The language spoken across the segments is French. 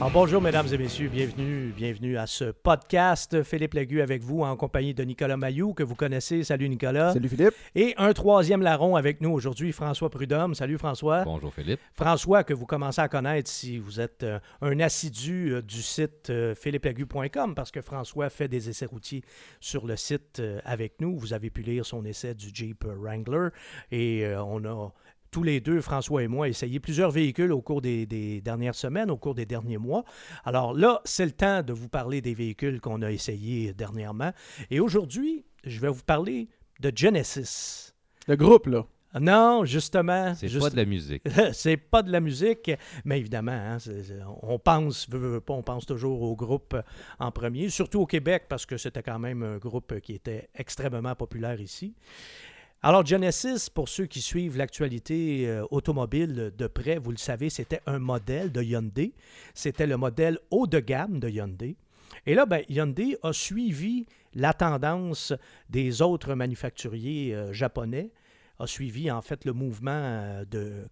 Alors, bonjour, mesdames et messieurs. Bienvenue à ce podcast. Philippe Lagu avec vous en compagnie de Nicolas Mailloux, que vous connaissez. Salut, Nicolas. Salut, Philippe. Et un troisième larron avec nous aujourd'hui, François Prudhomme. Salut, François. Bonjour, Philippe. François, que vous commencez à connaître si vous êtes un assidu du site philippelagu.com, parce que François fait des essais routiers sur le site avec nous. Vous avez pu lire son essai du Jeep Wrangler et on a tous les deux, François et moi, essayé plusieurs véhicules au cours des dernières semaines, au cours des derniers mois. Alors là, c'est le temps de vous parler des véhicules qu'on a essayés dernièrement. Et aujourd'hui, je vais vous parler de Genesis. Le groupe, là. Non, justement. C'est pas de la musique. C'est pas de la musique, mais évidemment, hein, on pense, on pense toujours au groupe en premier, surtout au Québec, parce que c'était quand même un groupe qui était extrêmement populaire ici. Alors, Genesis, pour ceux qui suivent l'actualité automobile de près, vous le savez, c'était un modèle de Hyundai. C'était le modèle haut de gamme de Hyundai. Et là, Hyundai a suivi la tendance des autres manufacturiers japonais, a suivi en fait le mouvement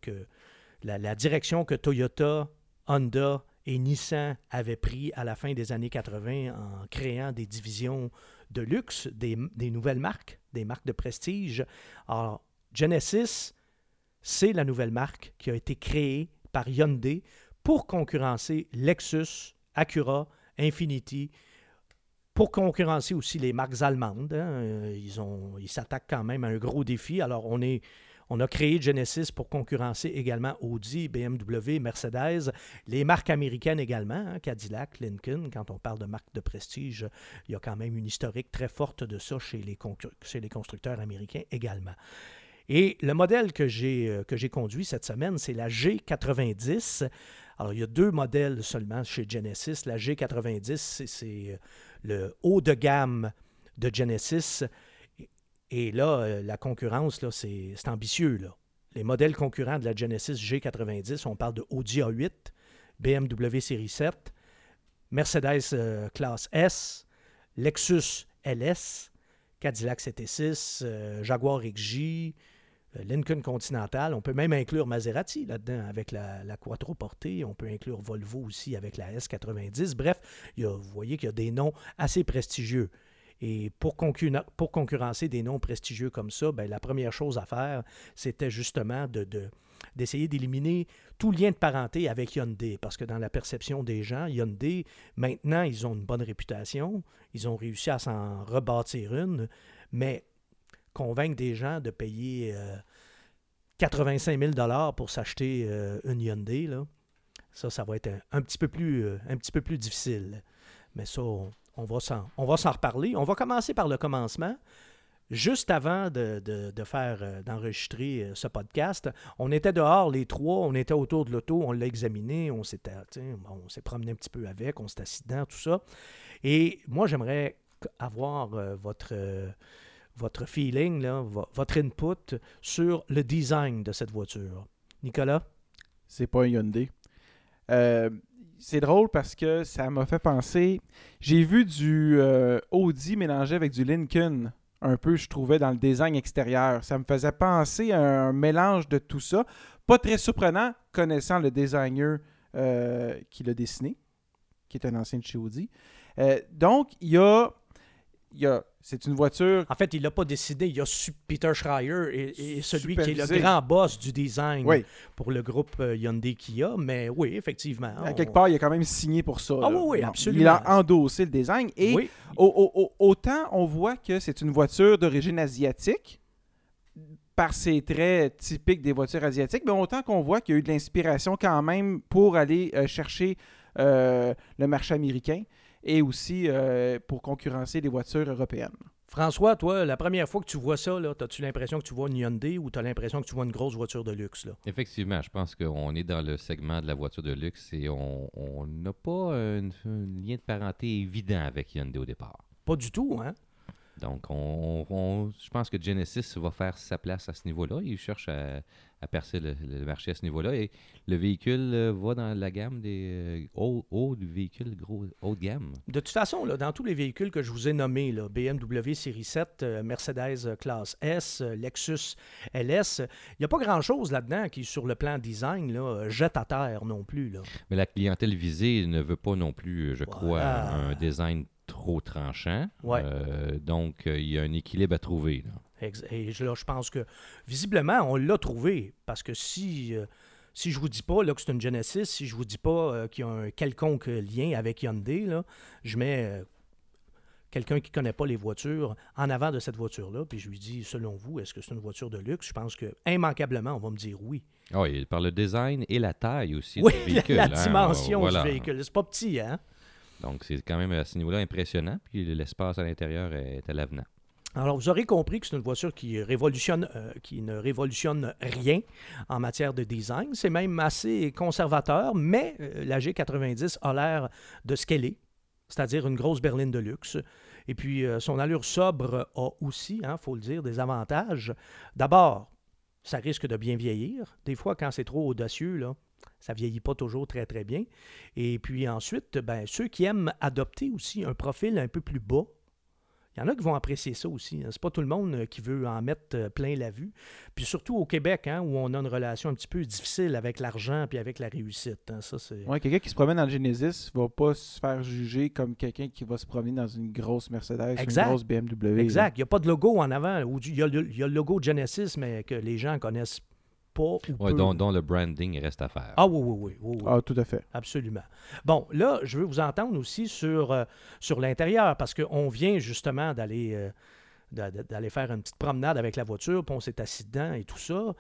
la direction que Toyota, Honda et Nissan avaient pris à la fin des années 80 en créant des divisions de luxe, des nouvelles marques, des marques de prestige. Alors, Genesis, c'est la nouvelle marque qui a été créée par Hyundai pour concurrencer Lexus, Acura, Infiniti, pour concurrencer aussi les marques allemandes. Hein. Ils s'attaquent quand même à un gros défi. Alors, on a créé Genesis pour concurrencer également Audi, BMW, Mercedes, les marques américaines également, hein, Cadillac, Lincoln. Quand on parle de marques de prestige, il y a quand même une historique très forte de ça chez les constructeurs américains également. Et le modèle que j'ai conduit cette semaine, c'est la G90. Alors, il y a deux modèles seulement chez Genesis. La G90, c'est le haut de gamme de Genesis. Et là, la concurrence, là, c'est ambitieux. Là. Les modèles concurrents de la Genesis G90, on parle de Audi A8, BMW Série 7, Mercedes Classe S, Lexus LS, Cadillac CT6, Jaguar XJ, Lincoln Continental. On peut même inclure Maserati là-dedans avec la quattroportée. On peut inclure Volvo aussi avec la S90. Bref, vous voyez qu'il y a des noms assez prestigieux. Et pour concurrencer des noms prestigieux comme ça, la première chose à faire, c'était justement d'essayer d'éliminer tout lien de parenté avec Hyundai. Parce que dans la perception des gens, Hyundai, maintenant, ils ont une bonne réputation. Ils ont réussi à s'en rebâtir une. Mais convaincre des gens de payer 85 000 pour s'acheter une Hyundai, là, ça va être un petit peu plus difficile. Mais ça, on va s'en reparler. On va commencer par le commencement. Juste avant d'enregistrer ce podcast, on était dehors, les trois, on était autour de l'auto, on l'a examiné, on s'est promené un petit peu avec, on s'est assis dedans, tout ça. Et moi, j'aimerais avoir votre feeling, là, votre input sur le design de cette voiture. Nicolas? C'est pas un Hyundai. C'est drôle parce que ça m'a fait penser... J'ai vu du Audi mélangé avec du Lincoln, un peu, je trouvais, dans le design extérieur. Ça me faisait penser à un mélange de tout ça. Pas très surprenant, connaissant le designer qui l'a dessiné, qui est un ancien de chez Audi. Donc, c'est une voiture... En fait, il l'a pas décidé. Il y a Peter Schreier et celui qui est le supervisé. grand boss du design Oui. pour le groupe Hyundai Kia. Mais oui, effectivement. À quelque part, il a quand même signé pour ça. Ah là. oui, Non, absolument. il a endossé le design. Et Oui. autant on voit que c'est une voiture d'origine asiatique, par ses traits typiques des voitures asiatiques, mais autant qu'on voit qu'il y a eu de l'inspiration quand même pour aller chercher le marché américain et aussi pour concurrencer les voitures européennes. François, toi, la première fois que tu vois ça, as-tu l'impression que tu vois une Hyundai ou tu as l'impression que tu vois une grosse voiture de luxe? Là? Effectivement, je pense qu'on est dans le segment de la voiture de luxe et on n'a pas un lien de parenté évident avec Hyundai au départ. Pas du tout, hein? Donc, je pense que Genesis va faire sa place à ce niveau-là. Il cherche à percer le marché à ce niveau-là. Et le véhicule va dans la gamme des hauts véhicules haut de gamme. De toute façon, là, dans tous les véhicules que je vous ai nommés, là, BMW Série 7, Mercedes Classe S, Lexus LS, il n'y a pas grand-chose là-dedans qui, sur le plan design, là, jette à terre non plus. Là. Mais la clientèle visée ne veut pas non plus, je crois, un design trop tranchant. Ouais. Donc, il y a un équilibre à trouver. Là. Et là, je pense que, visiblement, on l'a trouvé. Parce que si je vous dis pas là, que c'est une Genesis, si je vous dis pas qu'il y a un quelconque lien avec Hyundai, là, je mets quelqu'un qui ne connaît pas les voitures en avant de cette voiture-là, puis je lui dis, selon vous, est-ce que c'est une voiture de luxe? Je pense que immanquablement, on va me dire oui. Oui, par le design et la taille aussi Oui, du véhicule. la dimension voilà. du véhicule. C'est pas petit, hein? Donc, c'est quand même à ce niveau-là impressionnant. Puis l'espace à l'intérieur est à l'avenant. Alors, vous aurez compris que c'est une voiture qui ne révolutionne rien en matière de design. C'est même assez conservateur, mais la G90 a l'air de ce qu'elle est, c'est-à-dire une grosse berline de luxe. Et puis, son allure sobre a aussi, il faut le dire, des avantages. D'abord, ça risque de bien vieillir. Des fois, quand c'est trop audacieux, là, ça ne vieillit pas toujours très, très bien. Et puis ensuite, ceux qui aiment adopter aussi un profil un peu plus bas, il y en a qui vont apprécier ça aussi. C'est pas tout le monde qui veut en mettre plein la vue. Puis surtout au Québec, où on a une relation un petit peu difficile avec l'argent puis avec la réussite. Ça, c'est... Ouais, quelqu'un qui se promène dans le Genesis ne va pas se faire juger comme quelqu'un qui va se promener dans une grosse Mercedes ou une grosse BMW. Exact. Il n'y a pas de logo en avant. Il y a le logo Genesis, mais que les gens connaissent pas ou peu. Dont le branding reste à faire. Ah oui. Ah, tout à fait. Absolument. Bon, là, je veux vous entendre aussi sur l'intérieur, parce qu'on vient justement d'aller faire une petite promenade avec la voiture, puis on s'est assis dedans et tout ça.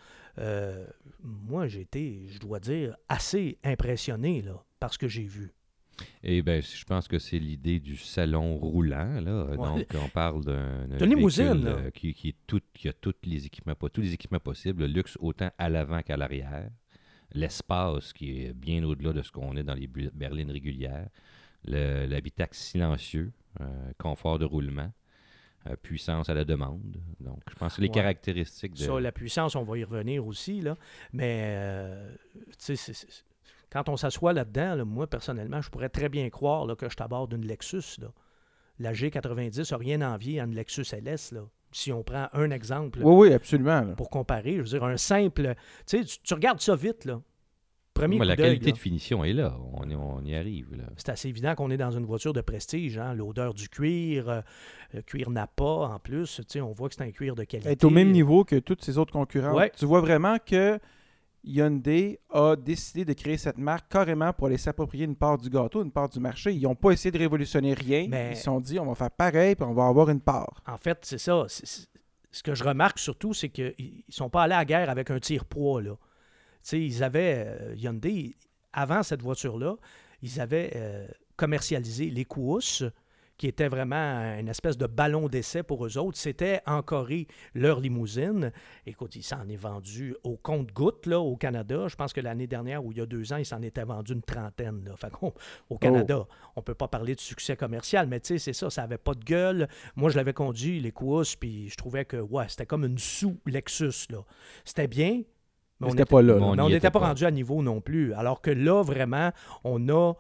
Moi, j'ai été, je dois dire, assez impressionné là, par ce que j'ai vu. Eh bien, je pense que c'est l'idée du salon roulant. Là. Ouais. Donc, on parle d'un limousine véhicule qui a tous les équipements possibles, le luxe autant à l'avant qu'à l'arrière, l'espace qui est bien au-delà de ce qu'on est dans les berlines régulières, l'habitacle silencieux, confort de roulement, puissance à la demande. Donc, je pense que les caractéristiques de... Ça, la puissance, on va y revenir aussi, là. Mais, tu sais, quand on s'assoit là-dedans, là, moi, personnellement, je pourrais très bien croire là, que je t'aborde une Lexus. Là. La G90 n'a rien à envier à une Lexus LS. Là. Si on prend un exemple oui, absolument, là. Pour comparer, je veux dire, un simple... Tu sais, tu regardes ça vite, là. Premier coup la d'œil, qualité là, de finition est là. On y arrive. Là. c'est assez évident qu'on est dans une voiture de prestige. Hein? L'odeur du cuir, le cuir Napa en plus. Tu sais, on voit que c'est un cuir de qualité. Elle est au même niveau que tous ses autres concurrents. Ouais. Tu vois vraiment que Hyundai a décidé de créer cette marque carrément pour aller s'approprier une part du gâteau, une part du marché. Ils n'ont pas essayé de révolutionner rien. Mais... Ils se sont dit, on va faire pareil, puis on va avoir une part. En fait, c'est ça. Ce que je remarque surtout, c'est qu'ils ne sont pas allés à la guerre avec un tire-poids. Là. Tu sais, ils avaient, Hyundai, avant cette voiture-là, ils avaient commercialisé les Koos, qui était vraiment une espèce de ballon d'essai pour eux autres. C'était encoré leur limousine. Écoute, il s'en est vendu au compte-gouttes là, au Canada. Je pense que l'année dernière, ou il y a 2 ans, il s'en était vendu une trentaine. Là. Fait au Canada, on ne peut pas parler de succès commercial, mais tu sais, c'est ça, ça n'avait pas de gueule. Moi, je l'avais conduit, les Koos, puis je trouvais que c'était comme une sous-Lexus. Là. C'était bien, mais on n'était pas rendu à niveau non plus. Alors que là, vraiment, on a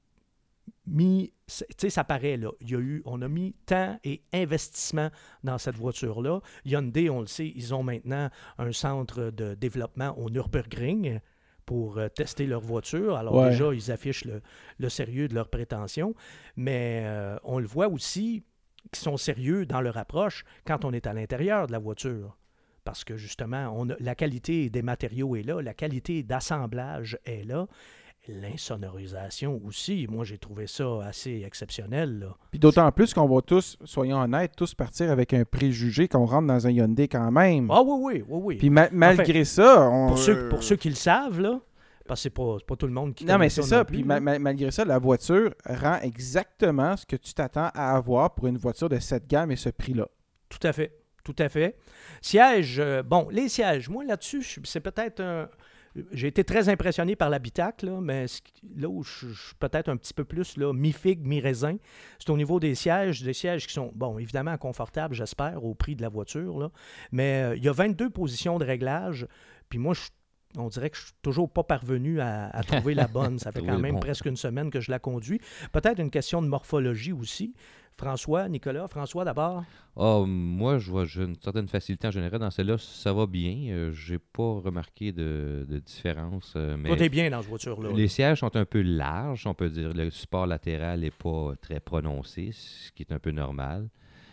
mis, tu sais, ça paraît, là, on a mis temps et investissement dans cette voiture-là. Hyundai, on le sait, ils ont maintenant un centre de développement au Nürburgring pour tester leur voiture. Alors déjà, ils affichent le sérieux de leurs prétentions, mais on le voit aussi qu'ils sont sérieux dans leur approche quand on est à l'intérieur de la voiture. Parce que justement, la qualité des matériaux est là, la qualité d'assemblage est là. L'insonorisation aussi, moi j'ai trouvé ça assez exceptionnel. Là. Puis d'autant plus qu'on va tous, soyons honnêtes, tous partir avec un préjugé qu'on rentre dans un Hyundai quand même. Ah oui. Puis malgré ça... Pour ceux qui le savent, là, parce que c'est pas tout le monde qui non, mais c'est ça. Plus, puis malgré ça, la voiture rend exactement ce que tu t'attends à avoir pour une voiture de cette gamme et ce prix-là. Tout à fait. Sièges, les sièges, moi là-dessus, c'est peut-être j'ai été très impressionné par l'habitacle, là, mais là où je suis peut-être un petit peu plus là, mi-figue, mi-raisin, c'est au niveau des sièges qui sont, bon, évidemment confortables, j'espère, au prix de la voiture, là, mais il y a 22 positions de réglage, puis moi, on dirait que je suis toujours pas parvenu à trouver la bonne. Ça fait quand même presque une semaine que je la conduis. Peut-être une question de morphologie aussi. Nicolas, François d'abord. Moi, j'ai une certaine facilité en général. Dans celle-là, ça va bien. J'ai pas remarqué de différence. Mais toi, t'es bien dans cette voiture-là. Les sièges sont un peu larges, on peut dire. Le support latéral n'est pas très prononcé, ce qui est un peu normal.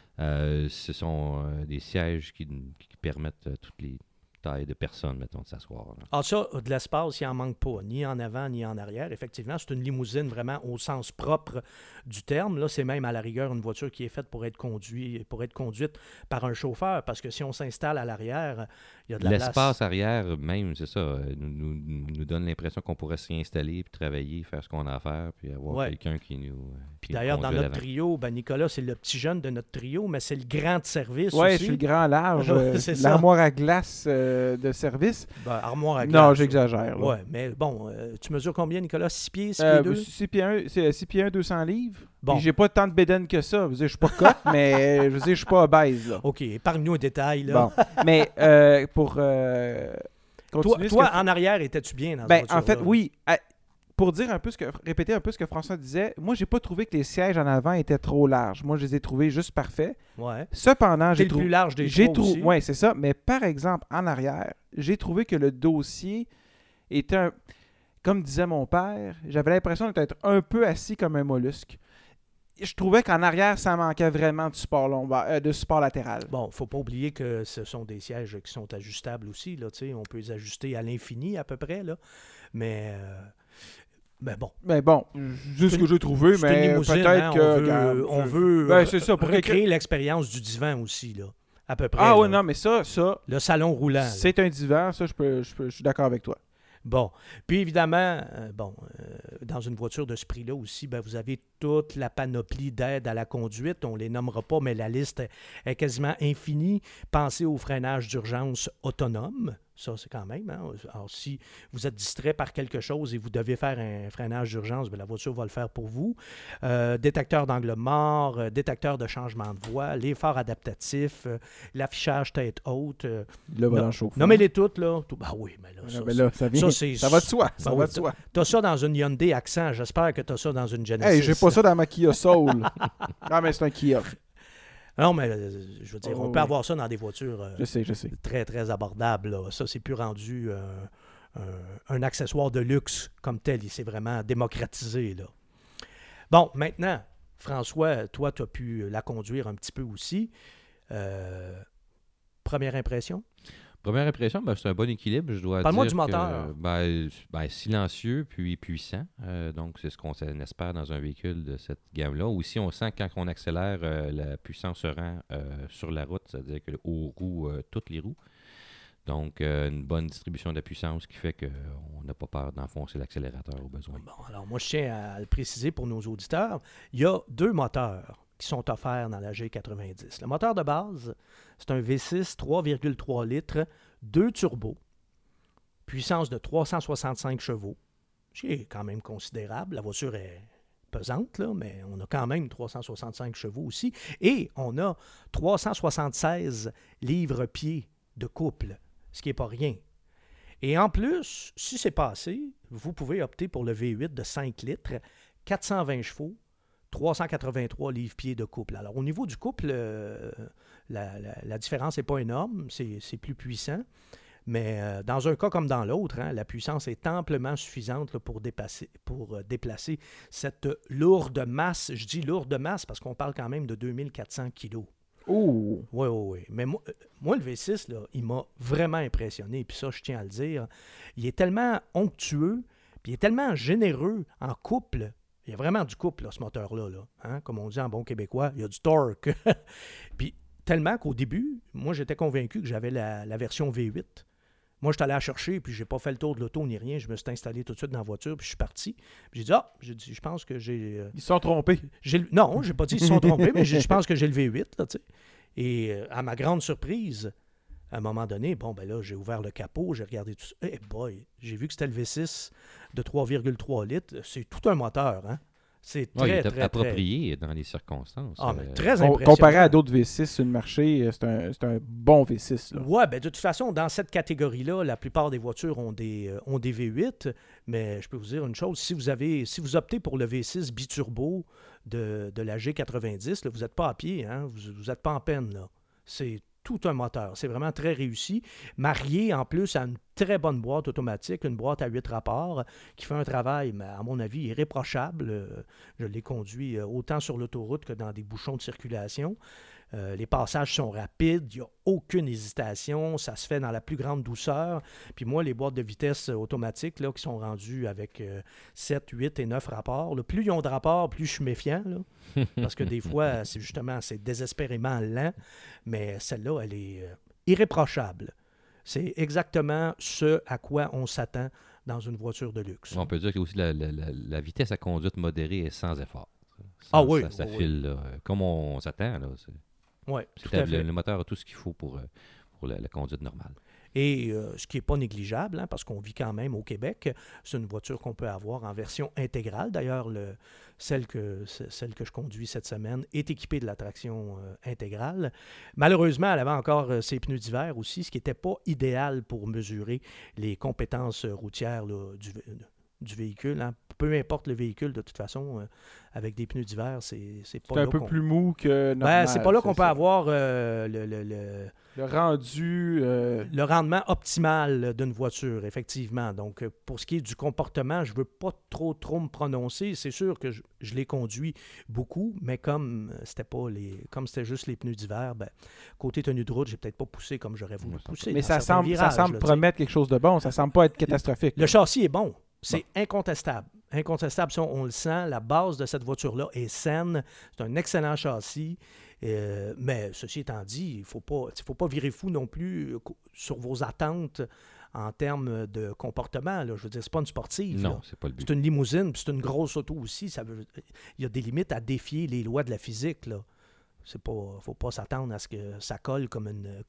Ce sont des sièges qui permettent toutes les tailles de personnes, mettons, de s'asseoir. Là. Ah, ça, de l'espace, il n'en manque pas, ni en avant, ni en arrière. Effectivement, c'est une limousine vraiment au sens propre du terme. Là, c'est même à la rigueur une voiture qui est faite pour être conduite par un chauffeur, parce que si on s'installe à l'arrière, il y a de la place. L'espace arrière, même, c'est ça, nous donne l'impression qu'on pourrait s'y installer, puis travailler, faire ce qu'on a à faire, puis avoir quelqu'un qui nous Puis d'ailleurs, dans notre trio, Nicolas, c'est le petit jeune de notre trio, mais c'est le grand de service aussi. Oui, je suis le grand large, l'armoire à glace de service. Armoire à glace. Non, j'exagère. Oui, mais bon, tu mesures combien, Nicolas? 6 pieds, 6 pieds 2? 6 pieds 1, 200 livres. Bon. Puis j'ai pas tant de bédaine que ça. Je suis pas cote, mais je suis pas obèse. Là. OK, épargne-nous un détail. Là. Bon, mais pour continuer... Toi, en arrière, étais-tu bien dans cette voiture-là? En fait, oui. Pour dire répéter un peu ce que François disait, moi, j'ai pas trouvé que les sièges en avant étaient trop larges. Moi, je les ai trouvés juste parfaits. Ouais. Cependant, j'ai trouvé... le plus large des trois aussi. Oui, c'est ça. Mais par exemple, en arrière, j'ai trouvé que le dossier était comme disait mon père, j'avais l'impression d'être un peu assis comme un mollusque. Je trouvais qu'en arrière, ça manquait vraiment de support latéral. Bon, il ne faut pas oublier que ce sont des sièges qui sont ajustables aussi. Là, on peut les ajuster à l'infini à peu près. Là. Mais bon. Mais bon, juste ce que j'ai trouvé, mais peut-être on veut c'est ça, pour recréer l'expérience du divan aussi, là, à peu près. Ah oui, là. non, mais ça... Le salon roulant. C'est un divan, ça, je suis d'accord avec toi. Bon. Puis évidemment, dans une voiture de ce prix-là aussi, vous avez toute la panoplie d'aides à la conduite. On ne les nommera pas, mais la liste est quasiment infinie. Pensez au freinage d'urgence autonome. Ça, c'est quand même. Hein? Alors, si vous êtes distrait par quelque chose et vous devez faire un freinage d'urgence, la voiture va le faire pour vous. Détecteur d'angle mort, détecteur de changement de voie, les phares adaptatifs, l'affichage tête haute. Le volant chauffant. Nommez-les toutes, là. Oui, mais là, ça va de soi. Ça va de soi. Tu as ça dans une Hyundai Accent. J'espère que tu as ça dans une Genesis. Hey, j'ai pas ça dans ma Kia Soul. Ah, mais c'est un Kia. Non, mais je veux dire, on peut avoir ça dans des voitures je sais. très, très abordables. Là. Ça, c'est plus rendu un accessoire de luxe comme tel. Il s'est vraiment démocratisé. Là. Bon, maintenant, François, toi, tu as pu la conduire un petit peu aussi. Première impression? Première impression, c'est un bon équilibre, je dois dire. Parle-moi du moteur. Silencieux puis puissant. Donc, c'est ce qu'on espère dans un véhicule de cette gamme-là. Aussi, on sent que quand on accélère, la puissance se rend sur la route, c'est-à-dire aux roues, toutes les roues. Donc, une bonne distribution de la puissance qui fait qu'on n'a pas peur d'enfoncer l'accélérateur au besoin. Bon, alors moi, je tiens à le préciser pour nos auditeurs. Il y a 2 moteurs qui sont offerts dans la G90. Le moteur de base, c'est un V6 3,3 litres, 2 turbos, puissance de 365 chevaux, ce qui est quand même considérable. La voiture est pesante, là, mais on a quand même 365 chevaux aussi. Et on a 376 livres-pieds de couple, ce qui n'est pas rien. Et en plus, si c'est pas assez, vous pouvez opter pour le V8 de 5 litres, 420 chevaux, 383 livres-pieds de couple. Alors, au niveau du couple, la différence n'est pas énorme, c'est plus puissant, mais dans un cas comme dans l'autre, la puissance est amplement suffisante là, pour déplacer cette lourde masse. Je dis lourde masse parce qu'on parle quand même de 2400 kilos. Oh! Oui. Mais moi, le V6, là, il m'a vraiment impressionné, puis ça, je tiens à le dire. Il est tellement onctueux, puis il est tellement généreux en couple. Il y a vraiment du couple, là, ce moteur-là. Là, hein? Comme on dit en bon québécois, il y a du torque. Puis tellement qu'au début, moi, j'étais convaincu que j'avais la version V8. Moi, je suis allé la chercher, puis je n'ai pas fait le tour de l'auto ni rien. Je me suis installé tout de suite dans la voiture, puis je suis parti. Puis j'ai dit, je pense que j'ai... Ils se sont trompés. Non, je n'ai pas dit qu'ils se sont trompés, mais je pense que j'ai le V8, là, tu sais. Et à ma grande surprise, À un moment donné, bon, ben là, j'ai ouvert le capot, j'ai regardé tout ça. Eh boy, j'ai vu que c'était le V6 de 3,3 litres. C'est tout un moteur, hein? C'est Ouais, il très, est très, approprié dans les circonstances. Ah, mais très impressionnant. Comparé à d'autres V6 sur le marché, c'est un bon V6. Là. Ouais, ben de toute façon, dans cette catégorie-là, la plupart des voitures ont des V8, mais je peux vous dire une chose, si vous optez pour le V6 biturbo de la G90, là, vous n'êtes pas à pied, hein? Vous n'êtes pas en peine, là. C'est tout un moteur. C'est vraiment très réussi. Marié, en plus, à une très bonne boîte automatique, une boîte à 8 rapports, qui fait un travail, à mon avis, irréprochable. Je l'ai conduit autant sur l'autoroute que dans des bouchons de circulation. Les passages sont rapides, il n'y a aucune hésitation, ça se fait dans la plus grande douceur. Puis moi, les boîtes de vitesse automatiques là, qui sont rendues avec 7, 8 et 9 rapports, là, plus ils ont de rapports, plus je suis méfiant. Là, parce que des fois, c'est désespérément lent, mais celle-là, elle est irréprochable. C'est exactement ce à quoi on s'attend dans une voiture de luxe. On peut dire que aussi la vitesse à conduite modérée est sans effort. Ah oui. Ça file là, comme on s'attend. Là, oui, tout à fait. Le moteur a tout ce qu'il faut pour la conduite normale. Et ce qui n'est pas négligeable, hein, parce qu'on vit quand même au Québec, c'est une voiture qu'on peut avoir en version intégrale. D'ailleurs, celle que je conduis cette semaine est équipée de la traction intégrale. Malheureusement, elle avait encore ses pneus d'hiver aussi, ce qui n'était pas idéal pour mesurer les compétences routières là, du véhicule. Hein. Peu importe le véhicule, de toute façon, avec des pneus d'hiver, c'est pas là un peu plus mou que normal. C'est pas là qu'on peut avoir le rendu... le rendement optimal d'une voiture, effectivement. Donc, pour ce qui est du comportement, je veux pas trop me prononcer. C'est sûr que je l'ai conduit beaucoup, mais comme c'était juste les pneus d'hiver, côté tenue de route, j'ai peut-être pas poussé comme j'aurais voulu pousser. Mais ça semble promettre quelque chose de bon. Ça semble pas être catastrophique. Le châssis est bon. C'est incontestable. Incontestable, ça, on le sent. La base de cette voiture-là est saine. C'est un excellent châssis. Mais ceci étant dit, il ne faut pas virer fou non plus sur vos attentes en termes de comportement. Là. Je veux dire, c'est pas une sportive. Non, là. c'est pas le but. C'est une limousine, puis c'est une grosse auto aussi. Il y a des limites à défier les lois de la physique. Il ne faut pas s'attendre à ce que ça colle comme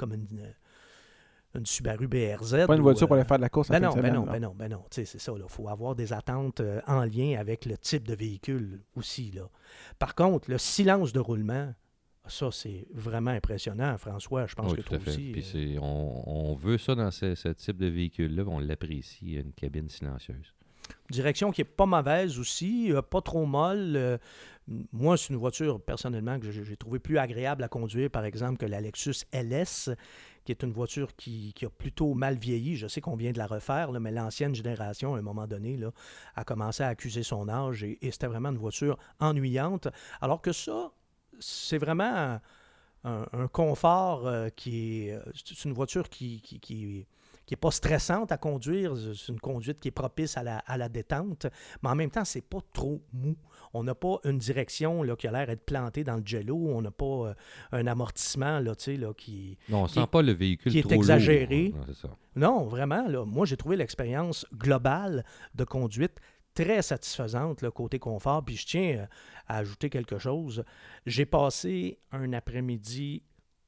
une Subaru BRZ. Pas une voiture pour aller faire de la course non. C'est ça. Il faut avoir des attentes en lien avec le type de véhicule aussi. Là. Par contre, le silence de roulement, ça, c'est vraiment impressionnant, François. Je pense que toi aussi. Puis on veut ça dans ce type de véhicule-là. On l'apprécie, une cabine silencieuse. Direction qui n'est pas mauvaise aussi, pas trop molle. Moi, c'est une voiture, personnellement, que j'ai trouvé plus agréable à conduire, par exemple, que la Lexus LS, qui est une voiture qui a plutôt mal vieilli. Je sais qu'on vient de la refaire, là, mais l'ancienne génération, à un moment donné, là, a commencé à accuser son âge et c'était vraiment une voiture ennuyante. Alors que ça, c'est vraiment un confort c'est une voiture qui n'est pas stressante à conduire. C'est une conduite qui est propice à la détente, mais en même temps, c'est pas trop mou. On n'a pas une direction là, qui a l'air d'être plantée dans le jello. On n'a pas un amortissement là, qui... Non, on ne sent pas le véhicule qui trop est exagéré. Lourd. Non, c'est ça. Non, vraiment. Là, moi, j'ai trouvé l'expérience globale de conduite très satisfaisante là, côté confort. Puis je tiens à ajouter quelque chose. J'ai passé un après-midi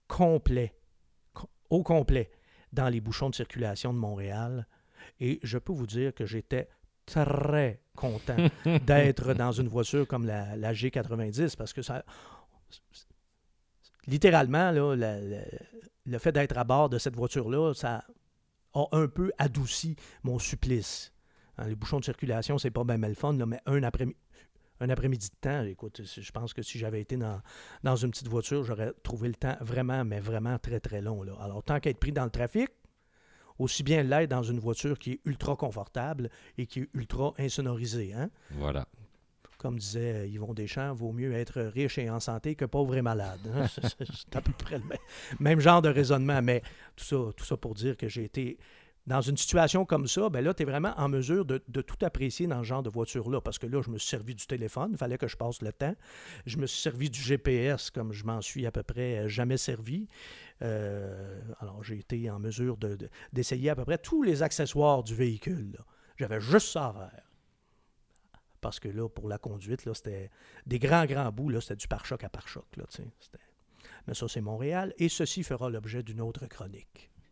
au complet, dans les bouchons de circulation de Montréal. Et je peux vous dire que j'étais très content d'être dans une voiture comme la G90 parce que ça... Littéralement, là, le fait d'être à bord de cette voiture-là, ça a un peu adouci mon supplice. Hein, les bouchons de circulation, c'est pas bien le fun, là, mais un après-midi de temps, écoute, je pense que si j'avais été dans une petite voiture, j'aurais trouvé le temps vraiment, mais vraiment très, très long. Là. Alors, tant qu'être pris dans le trafic, aussi bien l'être dans une voiture qui est ultra confortable et qui est ultra insonorisée. Hein? Voilà. Comme disait Yvon Deschamps, vaut mieux être riche et en santé que pauvre et malade. Hein? C'est à peu près le même genre de raisonnement. Mais tout ça pour dire que j'ai été... Dans une situation comme ça, ben là, tu es vraiment en mesure de tout apprécier dans ce genre de voiture-là. Parce que là, je me suis servi du téléphone, il fallait que je passe le temps. Je me suis servi du GPS comme je m'en suis à peu près jamais servi. Alors, j'ai été en mesure d'essayer à peu près tous les accessoires du véhicule. Là. J'avais juste ça à faire. Parce que là, pour la conduite, là, c'était des grands bouts, là, c'était du pare-choc à pare-choc. Là, mais ça, c'est Montréal. Et ceci fera l'objet d'une autre chronique.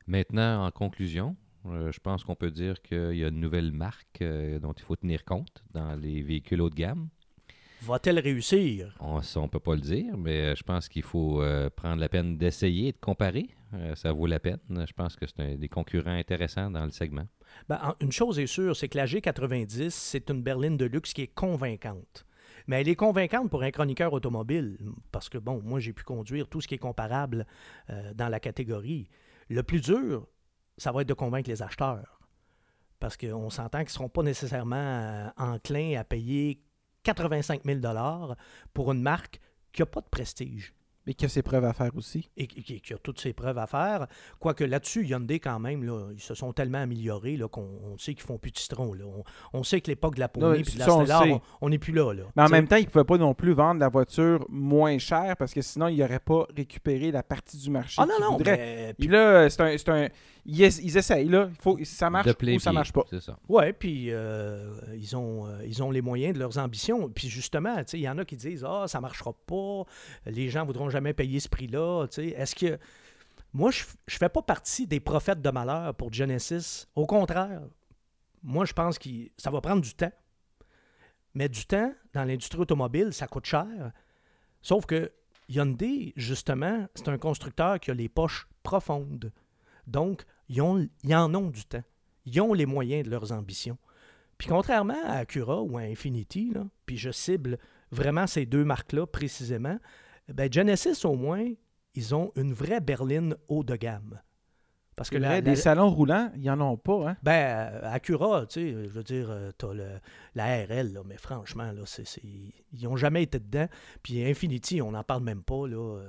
Maintenant, en conclusion, je pense qu'on peut dire qu'il y a une nouvelle marque dont il faut tenir compte dans les véhicules haut de gamme. Va-t-elle réussir? Ça, on ne peut pas le dire, mais je pense qu'il faut prendre la peine d'essayer et de comparer. Ça vaut la peine. Je pense que c'est des concurrents intéressants dans le segment. Une chose est sûre, c'est que la G90, c'est une berline de luxe qui est convaincante. Mais elle est convaincante pour un chroniqueur automobile, parce que, bon, moi, j'ai pu conduire tout ce qui est comparable dans la catégorie. Le plus dur, ça va être de convaincre les acheteurs. Parce qu'on s'entend qu'ils ne seront pas nécessairement enclins à payer 85 000 $ pour une marque qui n'a pas de prestige. Mais qui a ses preuves à faire aussi. Et qui a toutes ses preuves à faire. Quoique là-dessus, Hyundai, quand même, là, ils se sont tellement améliorés là, qu'on sait qu'ils font plus de citron. Là. On sait que l'époque de la Pony et de la Stellar, on n'est plus là. Mais en même temps, ils ne pouvaient pas non plus vendre la voiture moins chère parce que sinon, ils n'auraient pas récupéré la partie du marché qu'ils voudraient. Et là, ils essayent. Là. Ça marche ou ça ne marche pas. C'est ça. Oui, puis ils ont les moyens de leurs ambitions. Puis justement, il y en a qui disent « Ah, ça ne marchera pas. Les gens ne voudront jamais payer ce prix-là. » Est-ce que... Moi, je ne fais pas partie des prophètes de malheur pour Genesis. Au contraire, moi, je pense que ça va prendre du temps. Mais du temps, dans l'industrie automobile, ça coûte cher. Sauf que Hyundai, justement, c'est un constructeur qui a les poches profondes. Donc, ils en ont du temps. Ils ont les moyens de leurs ambitions. Puis contrairement à Acura ou à Infiniti, là, puis je cible vraiment ces deux marques-là précisément, ben Genesis, au moins, ils ont une vraie berline haut de gamme. Parce que des salons roulants, ils n'en ont pas. Hein? Ben, Acura, tu sais, je veux dire, t'as la RL, là, mais franchement, là, ils n'ont jamais été dedans. Puis Infiniti, on n'en parle même pas, là.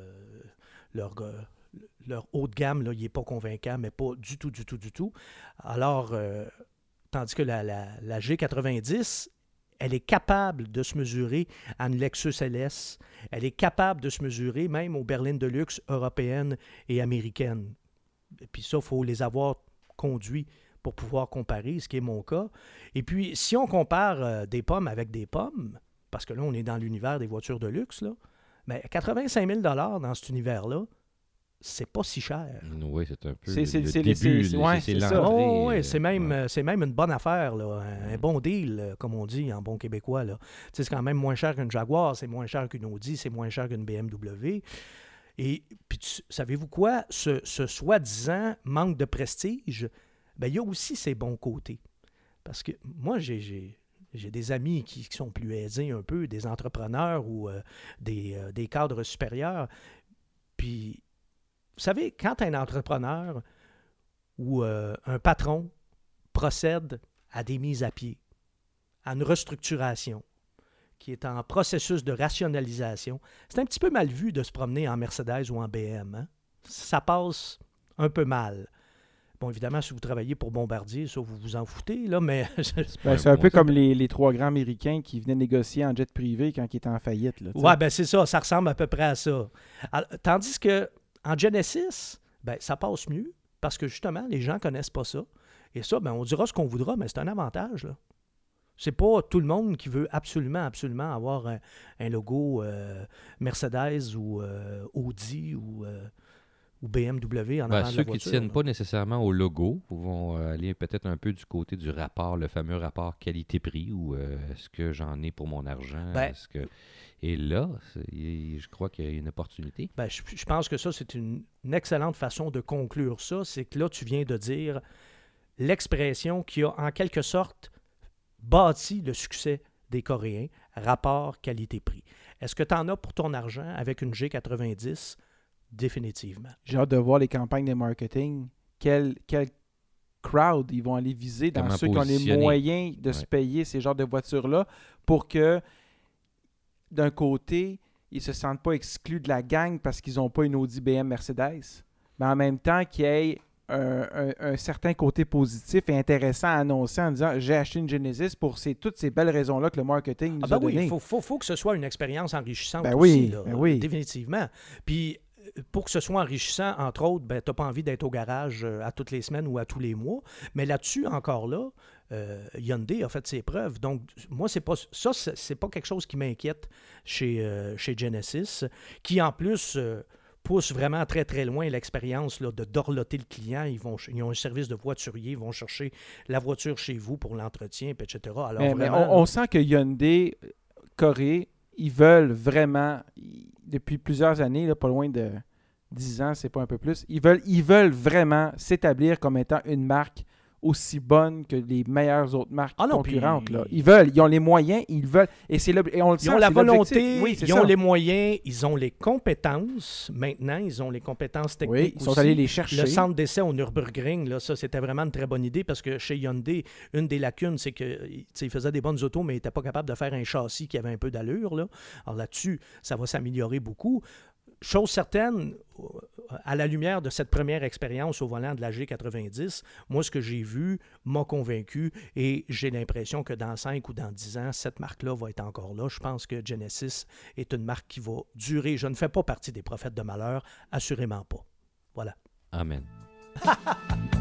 Leur haut de gamme, là, il n'est pas convaincant, mais pas du tout. Alors, tandis que la G90, elle est capable de se mesurer à une Lexus LS. Elle est capable de se mesurer même aux berlines de luxe européennes et américaines. Et puis ça, il faut les avoir conduits pour pouvoir comparer, ce qui est mon cas. Et puis, si on compare des pommes avec des pommes, parce que là, on est dans l'univers des voitures de luxe, là, mais 85 000 $ dans cet univers-là, c'est pas si cher. Oui, c'est un peu c'est l'entrée. C'est même une bonne affaire, là, un bon deal, comme on dit en bon québécois. Là. C'est quand même moins cher qu'une Jaguar, c'est moins cher qu'une Audi, c'est moins cher qu'une BMW. Et puis, savez-vous quoi? Ce soi-disant manque de prestige, ben, il y a aussi ses bons côtés. Parce que moi, j'ai des amis qui sont plus aisés un peu, des entrepreneurs ou des cadres supérieurs. Puis, vous savez, quand un entrepreneur ou un patron procède à des mises à pied, à une restructuration, qui est en processus de rationalisation, c'est un petit peu mal vu de se promener en Mercedes ou en BM. Hein? Ça passe un peu mal. Bon, évidemment, si vous travaillez pour Bombardier, ça, vous vous en foutez, là, mais... c'est un peu comme les trois grands Américains qui venaient négocier en jet privé quand ils étaient en faillite. Oui, ben c'est ça. Ça ressemble à peu près à ça. Alors, tandis que en Genesis, ben, ça passe mieux parce que, justement, les gens ne connaissent pas ça. Et ça, ben, on dira ce qu'on voudra, mais c'est un avantage, là. C'est pas tout le monde qui veut absolument avoir un logo Mercedes ou Audi ou BMW en avant de la voiture. Ceux qui ne tiennent pas nécessairement au logo vont aller peut-être un peu du côté du rapport, le fameux rapport qualité-prix, ou est-ce que j'en ai pour mon argent? Et là, je crois qu'il y a une opportunité. Ben, je pense que ça, c'est une excellente façon de conclure ça. C'est que là, tu viens de dire l'expression qui a en quelque sorte bâti le succès des Coréens, rapport qualité-prix. Est-ce que tu en as pour ton argent avec une G90? Définitivement. J'ai hâte de voir les campagnes de marketing. Quel crowd ils vont aller viser dans ceux qui ont les moyens de se payer ces genres de voitures-là pour que, d'un côté, ils ne se sentent pas exclus de la gang parce qu'ils n'ont pas une Audi, BM, Mercedes, mais en même temps qu'il y ait un certain côté positif et intéressant à annoncer en disant « J'ai acheté une Genesis pour toutes ces belles raisons-là que le marketing nous a données. » Oui, il faut que ce soit une expérience enrichissante aussi. Oui. Définitivement. Puis, pour que ce soit enrichissant, entre autres, ben, tu n'as pas envie d'être au garage à toutes les semaines ou à tous les mois. Mais là-dessus, encore là, Hyundai a fait ses preuves. Donc, moi, c'est pas quelque chose qui m'inquiète chez Genesis, qui en plus poussent vraiment très, très loin l'expérience là, de dorloter le client. Ils ont un service de voiturier, ils vont chercher la voiture chez vous pour l'entretien, etc. Alors, Mais vraiment, on sent que Hyundai, Corée, ils veulent vraiment, depuis plusieurs années, là, pas loin de 10 ans, c'est pas un peu plus, ils veulent vraiment s'établir comme étant une marque aussi bonne que les meilleures autres marques concurrentes. puis- Là. Ils ont les moyens, ils veulent, et on le sent, ils ont la c'est l'objectif. volonté, Oui, c'est ils ont ça. les moyens, ils ont les compétences. Maintenant, ils ont les compétences techniques Oui, ils sont aussi. allés les chercher. Le centre d'essai au Nürburgring, là, ça, c'était vraiment une très bonne idée parce que chez Hyundai, une des lacunes, c'est qu'ils faisaient des bonnes autos, mais ils n'étaient pas capables de faire un châssis qui avait un peu d'allure. Là. Alors là-dessus, ça va s'améliorer beaucoup. Chose certaine, à la lumière de cette première expérience au volant de la G90, moi, ce que j'ai vu m'a convaincu et j'ai l'impression que dans 5 ou dans 10 ans, cette marque-là va être encore là. Je pense que Genesis est une marque qui va durer. Je ne fais pas partie des prophètes de malheur, assurément pas. Voilà. Amen.